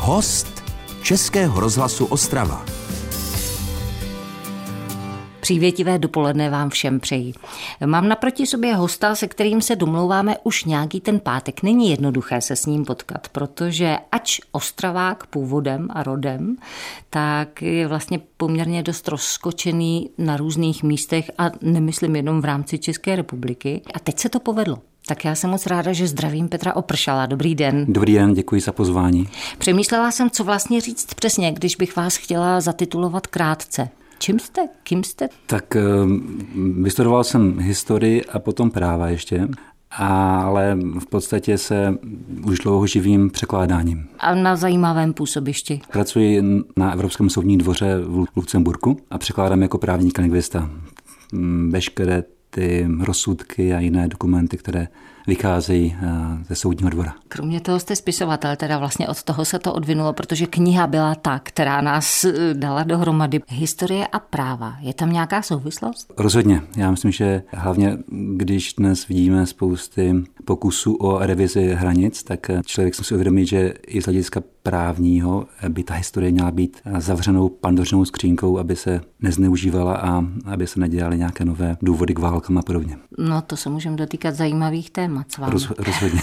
Host Českého rozhlasu Ostrava. Přívětivé dopoledne vám všem přeji. Mám naproti sobě hosta, se kterým se domlouváme už nějaký ten pátek. Není jednoduché se s ním potkat, protože ač Ostravák původem a rodem, tak je vlastně poměrně dost rozskočený na různých místech a nemyslím jenom v rámci České republiky. A teď se to povedlo. Tak já jsem moc ráda, že zdravím Petra Opršala. Dobrý den. Dobrý den, děkuji za pozvání. Přemýšlela jsem, co vlastně říct přesně, když bych vás chtěla zatitulovat krátce. Čím jste? Kým jste? Tak vystudoval jsem historii a potom práva ještě, ale v podstatě se už dlouho živím překládáním. A na zajímavém působišti? Pracuji na Evropském soudním dvoře v Lucemburku a překládám jako právník a lingvista veškeré ty rozsudky a jiné dokumenty, které vycházejí ze soudního dvora. Kromě toho jste spisovatel, teda vlastně od toho se to odvinulo, protože kniha byla ta, která nás dala dohromady. Historie a práva. Je tam nějaká souvislost? Rozhodně. Já myslím, že hlavně, když dnes vidíme spousty pokusů o revizi hranic, tak člověk si uvědomí, že i z hlediska právního by ta historie měla být zavřenou pandořinou skřínkou, aby se nezneužívala a aby se nedělaly nějaké nové důvody k válkám a podobně. No to se můžeme dotýkat zajímavých témat s vámi. Rozhodně.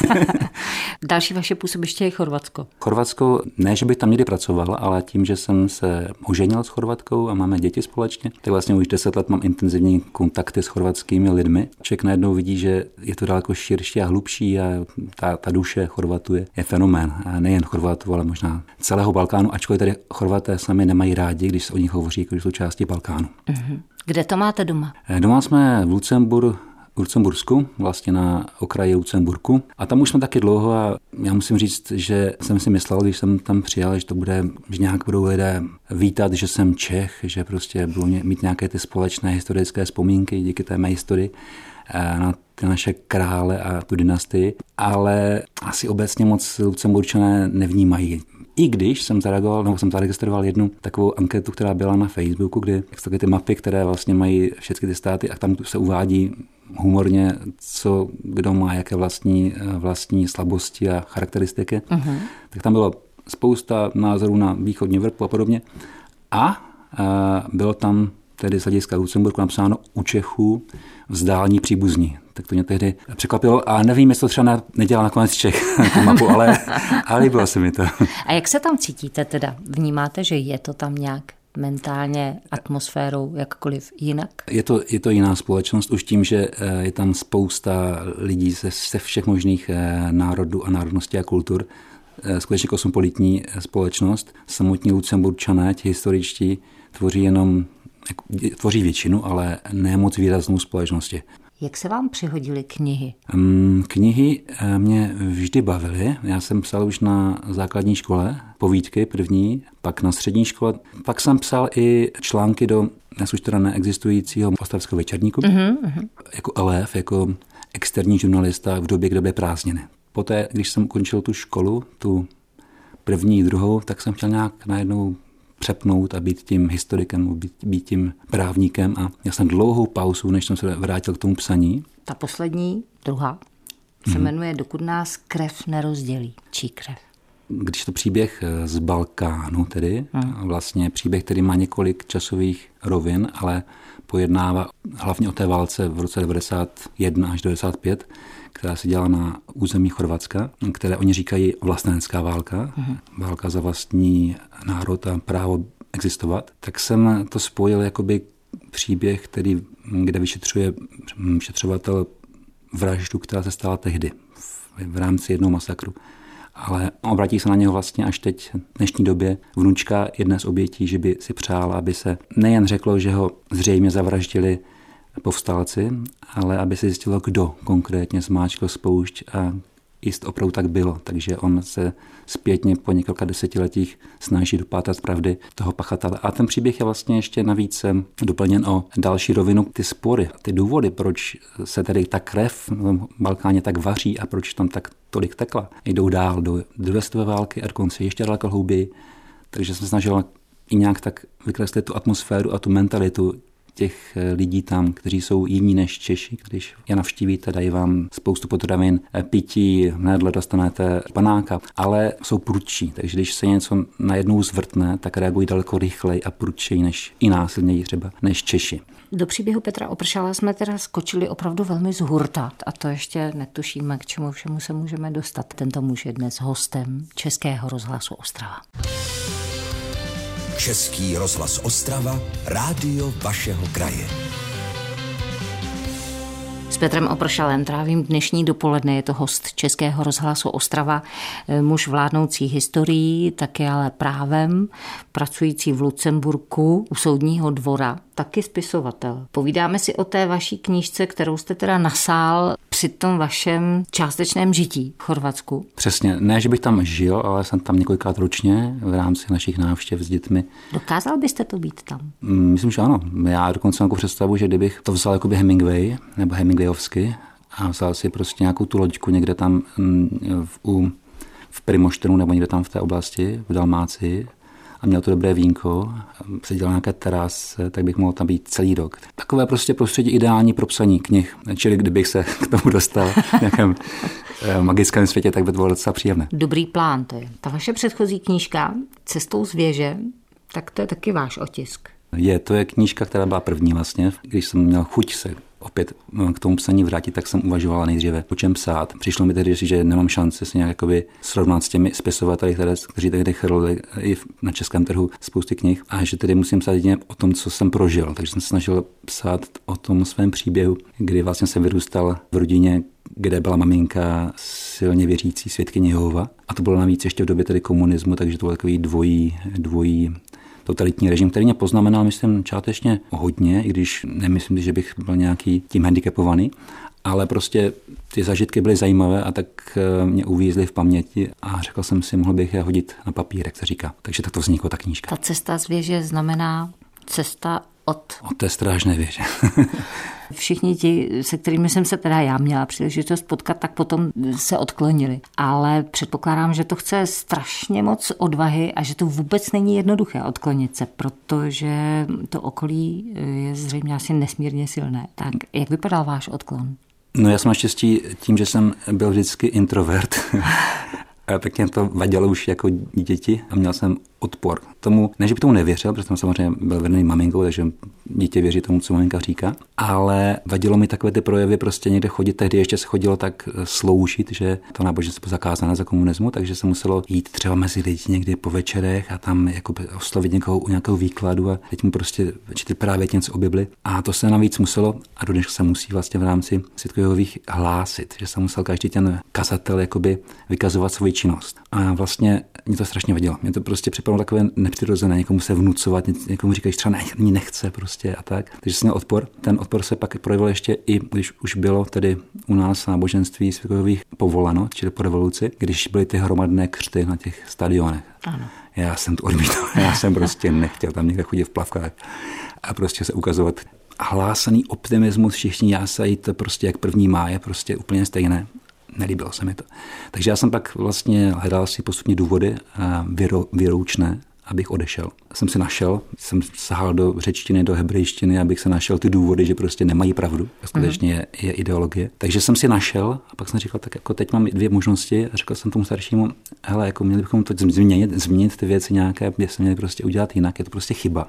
Další vaše působiště je Chorvatsko. Chorvatsko, ne, že bych tam někdy pracoval, ale tím, že jsem se oženil s Chorvatkou a máme děti společně, tak vlastně už 10 let mám intenzivní kontakty s chorvatskými lidmi. Člověk najednou vidí, že je to daleko širší a hlubší a ta duše Chorvatů je fenomén. A nejen Chorvatů, ale možná celého Balkánu, ačkoliv tady Chorvaté sami nemají rádi, když se o nich hovoří, jako jsou části Balkánu. Kde to máte doma? Doma jsme v Lucembursku, vlastně na okraji Lucemburku. A tam už jsme taky dlouho a já musím říct, že jsem si myslel, když jsem tam přijel, že to bude, že nějak budou lidé vítat, že jsem Čech, že prostě budou mít nějaké ty společné historické vzpomínky díky té mé historii na ty naše krále a tu dynastii, ale asi obecně moc Lucemburčané nevnímají. I když jsem zaregistroval jednu takovou anketu, která byla na Facebooku, kde jsou ty mapy, které vlastně mají všechny ty státy a tam se uvádí humorně, co kdo má, jaké vlastní slabosti a charakteristiky. Tak tam bylo spousta názorů na východní Evropu a podobně. A bylo tam tedy z hlediska Lucemburku napsáno u Čechů vzdální příbuzní. Tak to mě tehdy překvapilo a nevím, jestli to třeba nedělá nakonec Čech tu mapu, ale líbilo se mi to. A jak se tam cítíte teda? Vnímáte, že je to tam nějak mentálně, atmosférou, jakkoliv jinak? Je to jiná společnost už tím, že je tam spousta lidí ze všech možných národů a národností a kultur. Skutečně kosmopolitní společnost. Samotní Lucemburčané, ti historičtí, tvoří většinu, ale ne moc výraznou společnosti. Jak se vám přihodily knihy? Knihy mě vždy bavily. Já jsem psal už na základní škole, povídky první, pak na střední škole. Pak jsem psal i články do dnes už teda neexistujícího Ostravského večerníku. Jako elév, jako externí žurnalista v době, kdy byly prázdniny. Poté, když jsem končil tu školu, tu první, druhou, tak jsem chtěl nějak najednou přepnout a být tím historikem, být tím právníkem a měl jsem dlouhou pauzu, než jsem se vrátil k tomu psaní. Ta poslední, druhá, se jmenuje Dokud nás krev nerozdělí. Čí krev? Když to příběh z Balkánu tedy, vlastně příběh, který má několik časových rovin, ale pojednává hlavně o té válce v roce 91 až 95, která se dělala na území Chorvatska, které oni říkají vlastenecká válka, válka za vlastní národ a právo existovat, tak jsem to spojil jakoby příběh, kde vyšetřuje vyšetřovatel vraždu, která se stala tehdy v rámci jednoho masakru. Ale obratí se na něho vlastně až teď v dnešní době vnučka jedné z obětí, že by si přála, aby se nejen řeklo, že ho zřejmě zavraždili povstalci, ale aby se zjistilo, kdo konkrétně zmáčkl spoušť a jist opravdu tak bylo. Takže on se zpětně po několika desetiletích snaží dopátrat pravdy toho pachatele. A ten příběh je vlastně ještě navíc doplněn o další rovinu. Ty spory, ty důvody, proč se tedy ta krev v Balkáně tak vaří a proč tam tak tolik tekla, jdou dál do druhé světové války a dokonce ještě daleko hlouběji. Takže jsem se snažil i nějak tak vykreslit tu atmosféru a tu mentalitu těch lidí tam, kteří jsou jiní než Češi. Když je navštívíte, dají vám spoustu potravin, pití, hnedle dostanete panáka, ale jsou prudčí, takže když se něco najednou zvrtne, tak reagují daleko rychleji a prudčeji než i násilněji třeba než Češi. Do příběhu Petra Opršala jsme teda skočili opravdu velmi z hurta a to ještě netušíme, k čemu všemu se můžeme dostat. Tento muž je dnes hostem Českého rozhlasu Ostrava. Český rozhlas Ostrava, rádio vašeho kraje. S Petrem Opršalem trávím dnešní dopoledne, je to host Českého rozhlasu Ostrava, muž vládnoucí historií, taky ale právem, pracující v Lucemburku u soudního dvora, taky spisovatel. Povídáme si o té vaší knížce, kterou jste teda nasál při tom vašem částečném žití v Chorvatsku. Přesně, ne, že bych tam žil, ale jsem tam několikrát ročně v rámci našich návštěv s dětmi. Dokázal byste to být tam? Myslím, že ano. Já dokonce mám představu, že kdybych to vzal jakoby Hemingway nebo Hemingwayovsky a vzal si prostě nějakou tu loďku někde tam v Primoštenu nebo někde tam v té oblasti, v Dalmácii, a měl to dobré vínko, seděl na nějaké terase, tak bych mohl tam být celý rok. Takové prostě prostředí ideální pro psaní knih. Čili kdybych se k tomu dostal v nějakém magickém světě, tak by to bylo docela příjemné. Dobrý plán to je. Ta vaše předchozí knížka Cestou z věže, tak to je taky váš otisk. To je knížka, která byla první vlastně. Když jsem měl chuť se opět k tomu psaní vrátit, tak jsem uvažovala nejdříve, o čem psát. Přišlo mi tedy, že nemám šanci se nějak jakoby srovnat s těmi spisovateli, kteří tehdy chrlili i na českém trhu spousty knih, a že tedy musím psát jedině o tom, co jsem prožil. Takže jsem se snažil psát o tom svém příběhu, kdy vlastně jsem vyrůstal v rodině, kde byla maminka silně věřící svědkyně Jehova. A to bylo navíc ještě v době tedy komunismu, takže to byl takový dvojí totalitní režim, který mě poznamenal, myslím, částečně hodně, i když nemyslím, že bych byl nějaký tím handicapovaný, ale prostě ty zážitky byly zajímavé a tak mě uvízly v paměti a řekl jsem si, mohl bych je hodit na papír, jak se říká. Takže tak to vznikla ta knížka. Ta cesta z věže znamená cesta od té strážné věže. Všichni ti, se kterými jsem se teda já měla příležitost potkat, tak potom se odklonili. Ale předpokládám, že to chce strašně moc odvahy a že to vůbec není jednoduché odklonit se, protože to okolí je zřejmě asi nesmírně silné. Tak jak vypadal váš odklon? No já jsem naštěstí tím, že jsem byl vždycky introvert, tak mě to vadilo už jako děti a měl jsem odpor tomu, ne, že by tomu nevěřil, protože jsem samozřejmě byl vedený maminkou, takže dítě věří tomu, co maminka říká, ale vadilo mi takové ty projevy prostě někde chodit, tehdy ještě se chodilo tak sloužit, že to náboženství bylo zakázané za komunismu, takže se muselo jít třeba mezi lidi někdy po večerech a tam jako oslovit někoho u nějakého výkladu a teď mu prostě četli právě něco o Bibli. A to se navíc muselo, a dodnes se musí vlastně v rámci svědků Jehovových hlásit, že se musel každý ten kazatel jakoby vykazovat svoji činnost. A vlastně mě to strašně vadilo. Mě to prostě připadalo takové nepřirozené, někomu se vnucovat, někomu říkají, že třeba nechce prostě a tak. Takže jsem měl odpor. Ten odpor se pak projevil ještě i, když už bylo tedy u nás náboženství svědků Jehových povoleno, čili po revoluci, když byly ty hromadné křty na těch stadionech. Ano. Já jsem to odmítal. Já jsem prostě nechtěl tam někde chodit v plavkách a prostě se ukazovat. Hlásaný optimismus, všichni jásají, to prostě jak 1. máje, prostě úplně stejné. Nelíbilo se mi to. Takže já jsem pak vlastně hledal si postupně důvody věroučné, abych odešel. Jsem si našel, jsem sahal do řečtiny, do hebrejštiny, abych se našel ty důvody, že prostě nemají pravdu. Skutečně je ideologie. Takže jsem si našel a pak jsem říkal, tak jako teď mám 2 možnosti a řekl jsem tomu staršímu, hele, jako měli bychom to změnit ty věci nějaké, kde se měli prostě udělat jinak, je to prostě chyba.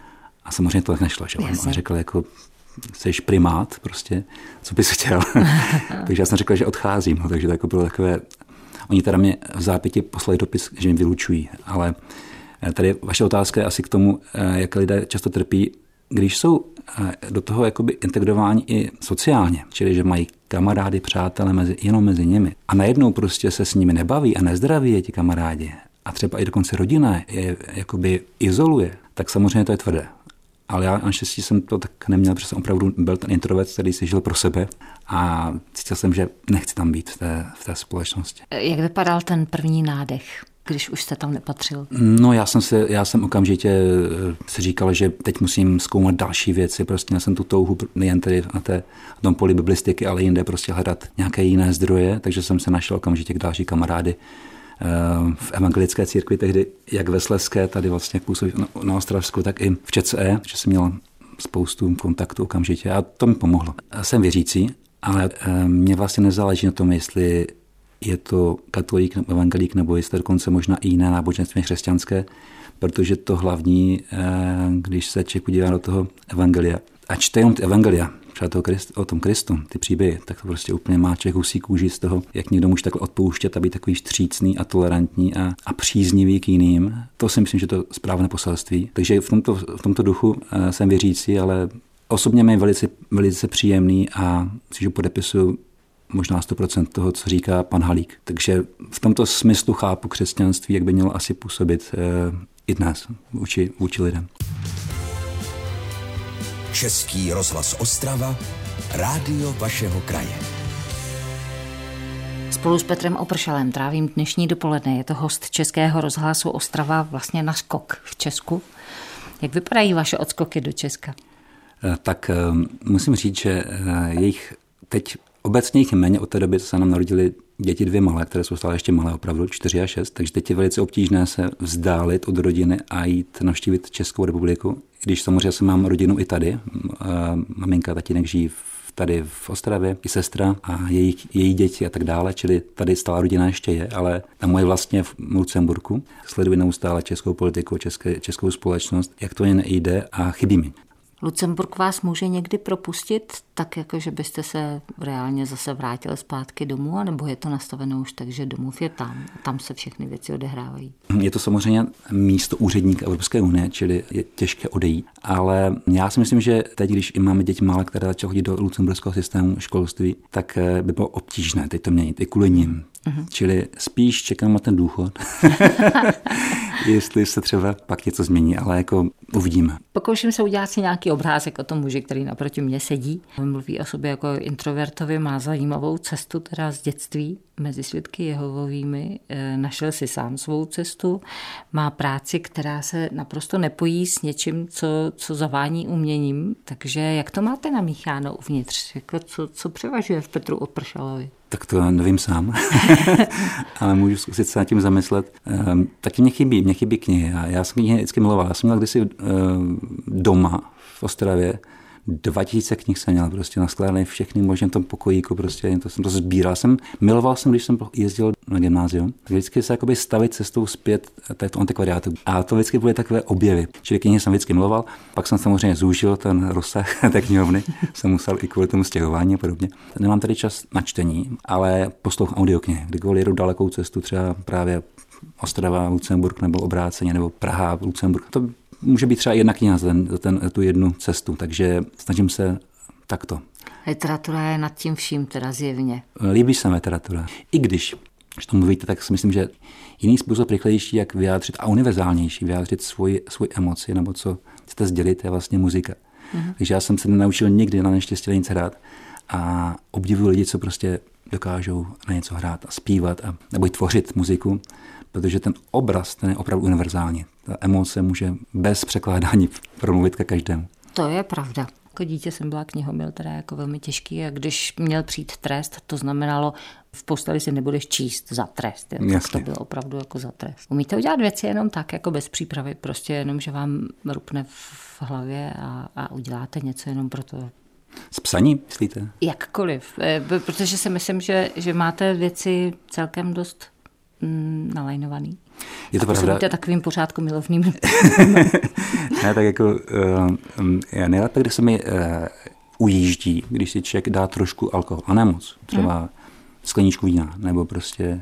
A samozřejmě to tak nešlo, že on řekl jako jseš primát, prostě, co bys chtěl. Takže já jsem řekl, že odcházím, takže to jako bylo takové. Oni teda mě v zápěti poslali dopis, že mě vylučují, ale tady vaše otázka je asi k tomu, jak lidé často trpí, když jsou do toho jakoby integrováni i sociálně, čili že mají kamarády, přátelé jenom mezi nimi a najednou prostě se s nimi nebaví a nezdraví je ti kamarádi a třeba i dokonce rodina je jakoby izoluje, tak samozřejmě to je tvrdé. Ale já naštěstí jsem to tak neměl, protože jsem opravdu byl ten introvert, který si žil pro sebe a cítil jsem, že nechci tam být v té společnosti. Jak vypadal ten první nádech, když už jste tam nepatřil? No já jsem okamžitě si říkal, že teď musím zkoumat další věci, prostě měl jsem tu touhu nejen tedy na tom poli biblistiky, ale jinde prostě hledat nějaké jiné zdroje, takže jsem se našel okamžitě k další kamarády v evangelické církvi tehdy, jak ve Slezské, tady vlastně působí na Ostravsku, tak i v ČCE, že jsem měl spoustu kontaktů okamžitě a to mi pomohlo. Jsem věřící, ale mě vlastně nezáleží na tom, jestli je to katolík, evangelík, nebo jestli dokonce možná i jiné náboženství křesťanské, protože to hlavní, když se člověk podívá do toho evangelia a čte jenom ty evangelia, třeba o tom Kristu, ty příběhy, tak to prostě úplně má člověk husí kůži z toho, jak někdo může takhle odpouštět a být takový vstřícný a tolerantní a příznivý k jiným. To si myslím, že to je správné poselství. Takže v tomto duchu jsem věřící, ale osobně mi je velice příjemný a myslím, že podepisuju možná 100% toho, co říká pan Halík. Takže v tomto smyslu chápu křesťanství, jak by mělo asi působit i dnes vůči lidem. Český rozhlas Ostrava, rádio vašeho kraje. Spolu s Petrem Opršalem trávím dnešní dopoledne. Je to host Českého rozhlasu Ostrava, vlastně na skok v Česku. Jak vypadají vaše odskoky do Česka? Tak musím říct, že jejich teď obecně jich méně od té doby, co se nám narodili děti 2 malé, které jsou stále ještě malé, opravdu 4 a 6, takže teď je velice obtížné se vzdálit od rodiny a jít navštívit Českou republiku. Když samozřejmě jsem mám rodinu i tady, maminka, tatínek žijí tady v Ostravě, i sestra a její děti a tak dále, čili tady stále rodina ještě je, ale ta moje vlastně v Lucemburku sleduje neustále českou politiku, českou společnost, jak to jen nejde a chybí mi. Lucemburk vás může někdy propustit, tak jako, že byste se reálně zase vrátili zpátky domů, anebo je to nastaveno už tak, že domov je tam se všechny věci odehrávají? Je to samozřejmě místo úředníka Evropské unie, čili je těžké odejít, ale já si myslím, že teď, když i máme děti malé, které začaly chodit do lucemburského systému školství, tak by bylo obtížné teď to měnit i kvůli nim. Čili spíš čekám na ten důchod, jestli se třeba pak něco změní, ale jako uvidíme. Pokouším se udělat si nějaký obrázek o tom muži, který naproti mně sedí. Mluví o sobě jako introvertovi, má zajímavou cestu teda z dětství mezi svědky Jehovovými. Našel si sám svou cestu, má práci, která se naprosto nepojí s něčím, co zavání uměním. Takže jak to máte namícháno uvnitř? Jako co převažuje v Petru Opršalovi? Tak to nevím sám, ale můžu zkusit se nad tím zamyslet. Taky mě chybí knihy. Já jsem knihy vždycky miloval. Já jsem měl kdysi doma v Ostravě 2000 knih jsem měl prostě naskládané všechny možná v tom pokojíku, prostě to jsem to sbíral. Miloval jsem, když jsem jezdil na gymnázium, tak vždycky se jakoby stavit cestou zpět této antikvariátu. A to vždycky byly takové objevy. Čili knihy jsem vždycky miloval, pak jsem samozřejmě zúžil ten rozsah té knihovny, jsem musel i kvůli tomu stěhování a podobně. Nemám tady čas na čtení, ale poslouchám audioknihy, kdykoliv jedu dalekou cestu, třeba právě Ostrava, Lucemburk nebo obráceně, nebo Praha, Lucemburk. To může být třeba jedna kniha za tu jednu cestu, takže snažím se takto. Literatura je nad tím vším teda zjevně. Líbí se mi literatura. I když to mluvíte, tak si myslím, že jiný způsob rychlejší, jak vyjádřit a univerzálnější, vyjádřit svoji emoci nebo co chcete sdělit, je vlastně muzika. Takže já jsem se nenaučil nikdy na neštěstí nic hrát a obdivuji lidi, co prostě dokážou na něco hrát a zpívat nebo i tvořit muziku, protože ten obraz, ten je opravdu univerzální. Ta emoce může bez překládání promluvit ke každému. To je pravda. Jako dítě jsem byla knihomil, teda jako velmi těžký, a když měl přijít trest, to znamenalo, v posteli si nebudeš číst za trest. Tak to bylo opravdu jako za trest. Umíte udělat věci jenom tak, jako bez přípravy, prostě jenom, že vám rupne v hlavě a uděláte něco jenom proto. S psaním, myslíte? Jakkoliv, protože si myslím, že máte věci celkem dost nalajnovaný. Je to pravda. Působíte takovým pořádku milovným. Ne, tak jako nejlépe, když se mi ujíždí, když si člověk dá trošku alkohol, a ne moc, třeba skleničku vína, nebo prostě,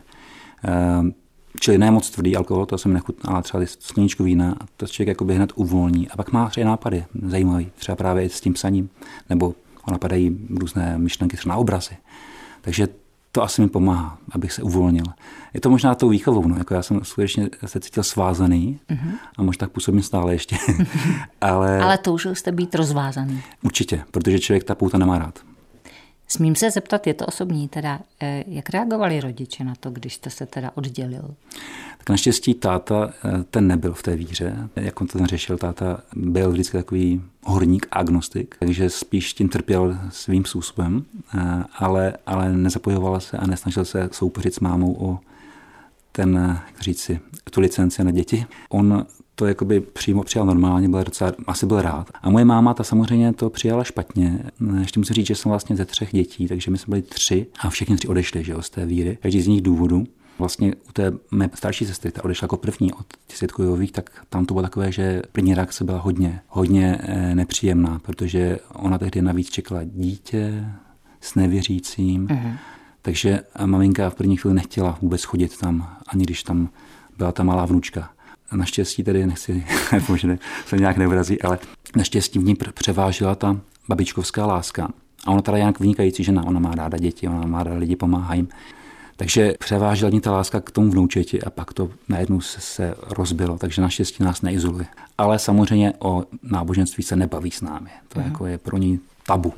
čili ne moc tvrdý alkohol, to se mi nechutná, ale třeba skleničku vína, a to člověk jakoby hned uvolní. A pak má třeba nápady zajímavý, třeba právě s tím psaním, nebo ho napadají různé myšlenky třeba na obrazy. Takže to asi mi pomáhá, abych se uvolnil. Je to možná tou výchovou, no, jako já jsem skutečně se cítil svázaný a možná tak působím stále ještě. Ale toužil jste být rozvázaný. Určitě, protože člověk ta pouta nemá rád. Smím se zeptat, je to osobní, teda, jak reagovali rodiče na to, když jste se teda oddělil? Tak naštěstí táta, ten nebyl v té víře. Jak on to neřešil, táta byl vždycky takový horník, agnostik, takže spíš tím trpěl svým způsobem, ale nezapojoval se a nesnažil se soupeřit s mámou o tu licenci na děti. On to jakoby přímo přijal normálně, asi byl rád. A moje máma ta samozřejmě to přijala špatně. Ještě musím říct, že jsem vlastně ze 3 dětí, takže my jsme byli 3 a všichni 3 odešli, že jo, z té víry. Každý z nich důvodů. Vlastně u té mé starší sestry, ta odešla jako první od Světku Jehových, tak tam to bylo takové, že první reakce byla hodně nepříjemná, protože ona tehdy navíc čekala dítě s nevěřícím. Takže maminka v první chvíli nechtěla vůbec chodit tam, ani když tam byla ta malá vnučka. Naštěstí tedy, nechci, možná se nějak neurazí, ale naštěstí v ní převážila ta babičkovská láska. A ona teda nějak vynikající žena, ona má ráda děti, ona má ráda lidi, pomáhá jim. Takže převážila ní ta láska k tomu vnoučeti a pak to najednou se rozbilo, takže naštěstí nás neizoluje. Ale samozřejmě o náboženství se nebaví s námi. To jako je pro ní tabu.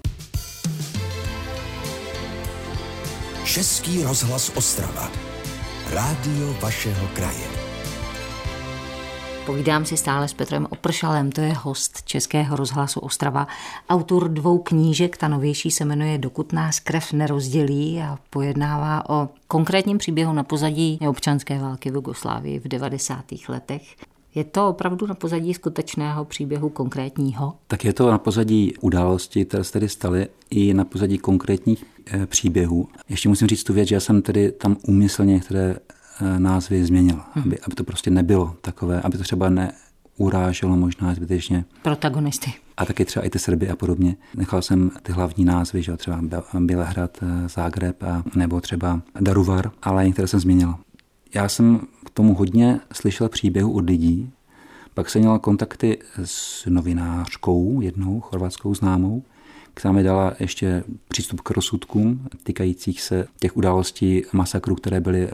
Český rozhlas Ostrava. Rádio vašeho kraje. Povídám si stále s Petrem Opršalem, to je host Českého rozhlasu Ostrava, autor 2 knížek, ta novější se jmenuje Dokud nás krev nerozdělí a pojednává o konkrétním příběhu na pozadí občanské války v Jugoslávii v 90. letech. Je to opravdu na pozadí skutečného příběhu konkrétního? Tak je to na pozadí událostí, které se tedy staly, i na pozadí konkrétních příběhů. Ještě musím říct tu věc, že já jsem tedy tam úmyslně některé názvy změnil, aby to prostě nebylo takové, aby to třeba neuráželo možná zbytečně protagonisty. A taky třeba i ty Srby a podobně. Nechal jsem ty hlavní názvy, že třeba Bělehrad, Zágreb nebo třeba Daruvar, ale některé jsem změnil. Já jsem k tomu hodně slyšel příběhu od lidí, pak jsem měl kontakty s novinářkou, jednou chorvatskou známou, která mi dala ještě přístup k rozsudkům týkajících se těch událostí masakrů, které byly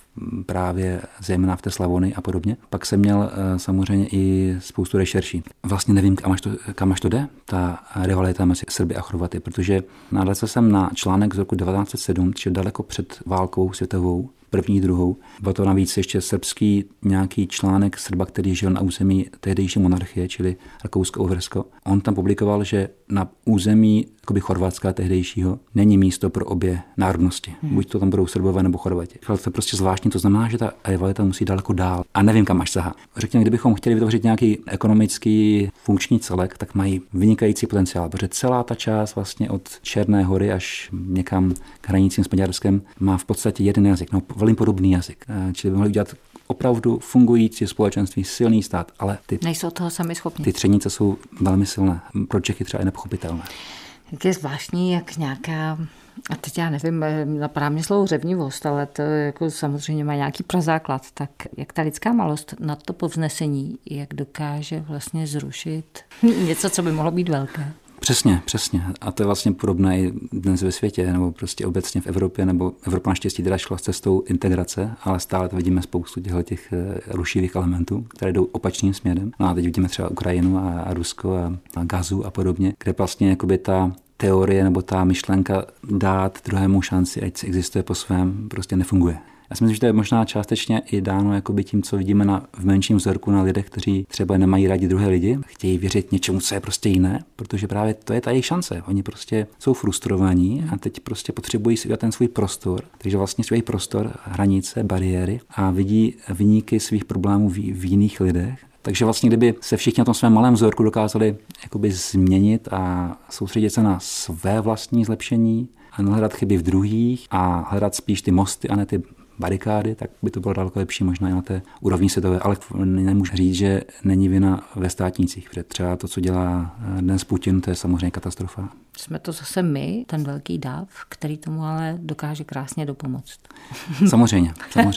právě zejména v té Slavonii a podobně. Pak jsem měl samozřejmě i spoustu rešerší. Vlastně nevím, kam až to jde, ta rivalita mezi Srby a Chorvaty, protože narazil jsem na článek z roku 1907, čiže daleko před válkou světovou, první, druhou. Byl to navíc ještě srbský nějaký článek Srba, který žil na území tehdejší monarchie, čili Rakousko-Uhersko. On tam publikoval, že na území Chorvatska tehdejšího není místo pro obě národnosti. Buď to tam budou Srbové nebo Chorvati. To je prostě zvláštní, to znamená, že ta rivalita musí daleko dál. A nevím, kam až sahá. Řekněme, kdybychom chtěli vytvořit nějaký ekonomický funkční celek, tak mají vynikající potenciál, protože celá ta část vlastně od Černé hory až někam k hranicím s Maďarskem má v podstatě jeden jazyk, velmi podobný jazyk. Čili by mohli udělat opravdu fungující společenství, silný stát, ale nejsou toho sami schopni. Ty třenice jsou velmi silné. Pro Čechy třeba i nepochopitelné. Jak je zvláštní, jak nějaká, a teď já nevím, napadá mě slovo řevnivost, ale to jako samozřejmě má nějaký prazáklad, tak jak ta lidská malost na to povznesení, jak dokáže vlastně zrušit něco, co by mohlo být velké. Přesně. A to je vlastně podobné i dnes ve světě, nebo prostě obecně v Evropě, nebo Evropa naštěstí teda šla s cestou integrace, ale stále to vidíme spoustu těch rušivých elementů, které jdou opačným směrem. No a teď vidíme třeba Ukrajinu a Rusko a Gazu a podobně, kde vlastně jakoby ta teorie nebo ta myšlenka dát druhému šanci, ať si existuje po svém, prostě nefunguje. Já si myslím, že to je možná částečně i dáno jakoby tím, co vidíme v menším vzorku na lidech, kteří třeba nemají rádi druhé lidi, chtějí věřit něčemu, co je prostě jiné, protože právě to je ta jejich šance. Oni prostě jsou frustrovaní a teď prostě potřebují si udělat ten svůj prostor, takže vlastně svůj prostor, hranice, bariéry a vidí viníky svých problémů v jiných lidech. Takže vlastně, kdyby se všichni na tom svém malém vzorku dokázali jakoby změnit a soustředit se na své vlastní zlepšení a nehledat chyby v druhých a hledat spíš ty mosty a ne ty barikády, tak by to bylo daleko lepší možná i na té úrovni světové. Ale nemůžu říct, že není vina ve státnících, protože třeba to, co dělá dnes Putin, to je samozřejmě katastrofa. Jsme to zase my, ten velký dáv, který tomu ale dokáže krásně dopomoct. Samozřejmě.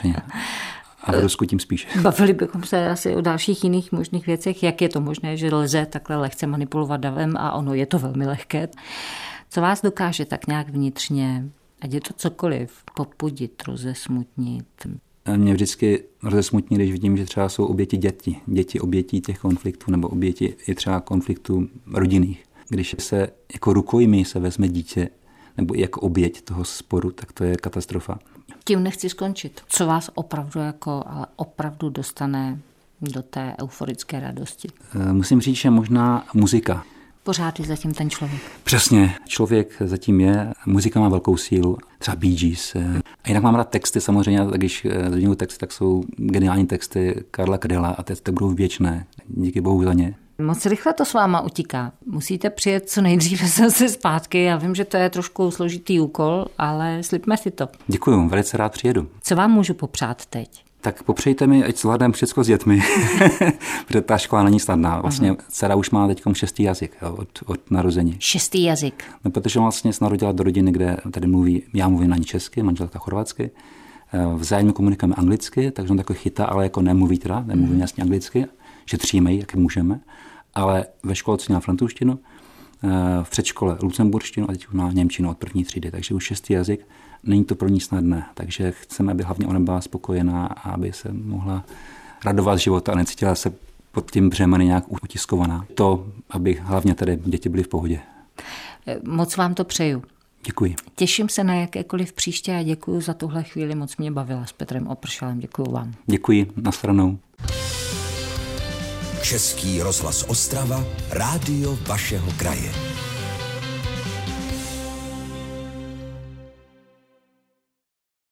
A v Rusku tím spíše. Bavili bychom se asi o dalších jiných možných věcech, jak je to možné, že lze takhle lehce manipulovat davem a ono je to velmi lehké. Co vás dokáže tak nějak vnitřně, ať je to cokoliv, popudit, rozesmutnit? Mě vždycky rozesmutní, když vidím, že třeba jsou oběti děti obětí těch konfliktů nebo oběti i třeba konfliktů rodinných. Když se jako rukojmí se vezme dítě nebo i jako oběť toho sporu, tak to je katastrofa. Tím nechci skončit. Co vás opravdu dostane do té euforické radosti? Musím říct, že možná muzika. Pořád je zatím ten člověk. Přesně, člověk zatím je, muzika má velkou sílu, třeba Bee Gees. A jinak mám rád texty samozřejmě, když zmiňuji texty, tak jsou geniální texty Karla Kryla a ty budou věčné. Díky bohu za ně. Moc rychle to s váma utíká. Musíte přijet co nejdříve zase zpátky. Já vím, že to je trošku složitý úkol, ale slibme si to. Děkuju, velice rád přijedu. Co vám můžu popřát teď? Tak popřejte mi, ať zvládneme všechno s dětmi, protože ta škola není snadná. Vlastně dcera už má teď 6. jazyk od narození. 6. jazyk. No, protože vlastně se narodila do rodiny, kde tady já mluvím na ní česky, manželka chorvatsky. Vzájemně komunikujeme anglicky, takže on takový chytá, ale jako nemluvím jasně anglicky, šetříme ji, jak můžeme. Ale ve školce měla francouzštinu, v předškole lucemburštinu a teď má němčinu od 1. třídy, takže už 6. jazyk. Není to pro ní snadné, takže chceme, aby hlavně ona byla spokojená a aby se mohla radovat života a necítila se pod tím břemeny nějak utiskovaná. To, aby hlavně tady děti byly v pohodě. Moc vám to přeju. Děkuji. Těším se na jakékoliv příště a děkuji za tuhle chvíli. Moc mě bavila s Petrem Opršalem. Děkuji vám. Děkuji, nashledanou. Český rozhlas Ostrava, rádio vašeho kraje.